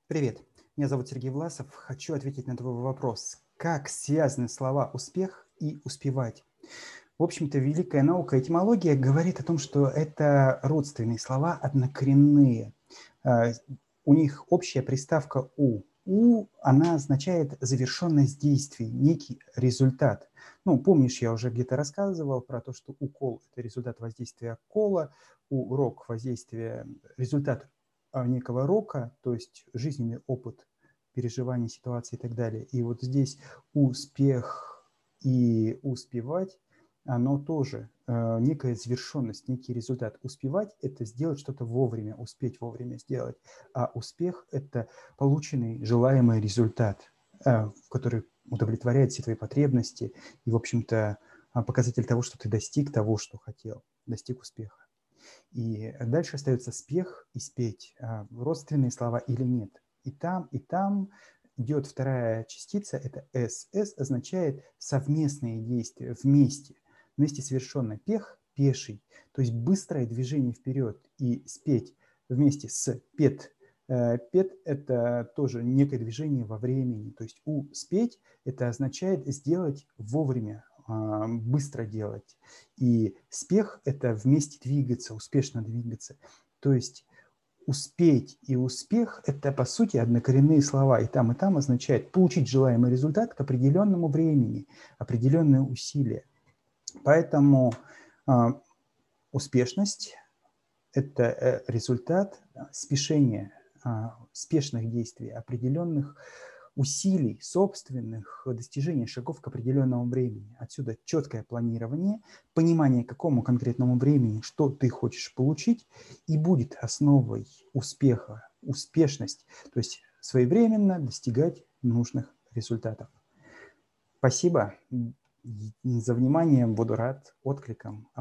Привет, меня зовут Сергей Власов. Хочу ответить на твой вопрос. Как связаны слова «успех» и «успевать»? В общем-то, великая наука этимология говорит о том, что это родственные слова, однокоренные. А, У них общая приставка «у». «У» она означает завершенность действий, некий результат. Ну, помнишь, я уже где-то рассказывал про то, что укол – это результат воздействия кола, урок – воздействия, результат некого рока, то есть жизненный опыт, переживания ситуации и так далее. И вот здесь успех и успевать оно тоже некая завершенность, некий результат. Успевать – это сделать что-то вовремя, успеть вовремя сделать. А успех – это полученный желаемый результат, который удовлетворяет все твои потребности и, в общем-то, показатель того, что ты достиг того, что хотел, достиг успеха. И дальше остается спех и спеть, родственные слова или нет. И там идет вторая частица, это «с». «С» означает совместные действия, вместе, вместе совершенно. Пех – пеший, то есть быстрое движение вперед. И спеть вместе с пет. Пет – это тоже некое движение во времени. То есть успеть – это означает сделать вовремя, быстро делать. И спех – это вместе двигаться, успешно двигаться. То есть успеть и успех – это, по сути, однокоренные слова. И там означает получить желаемый результат к определенному времени, определенные усилия. Поэтому успешность – это результат спешения, спешных действий, определенных усилий, собственных достижений шагов к определенному времени. Отсюда четкое планирование, понимание, к какому конкретному времени, что ты хочешь получить, и будет основой успеха, успешность, то есть своевременно достигать нужных результатов. Спасибо за внимание, буду рад откликам.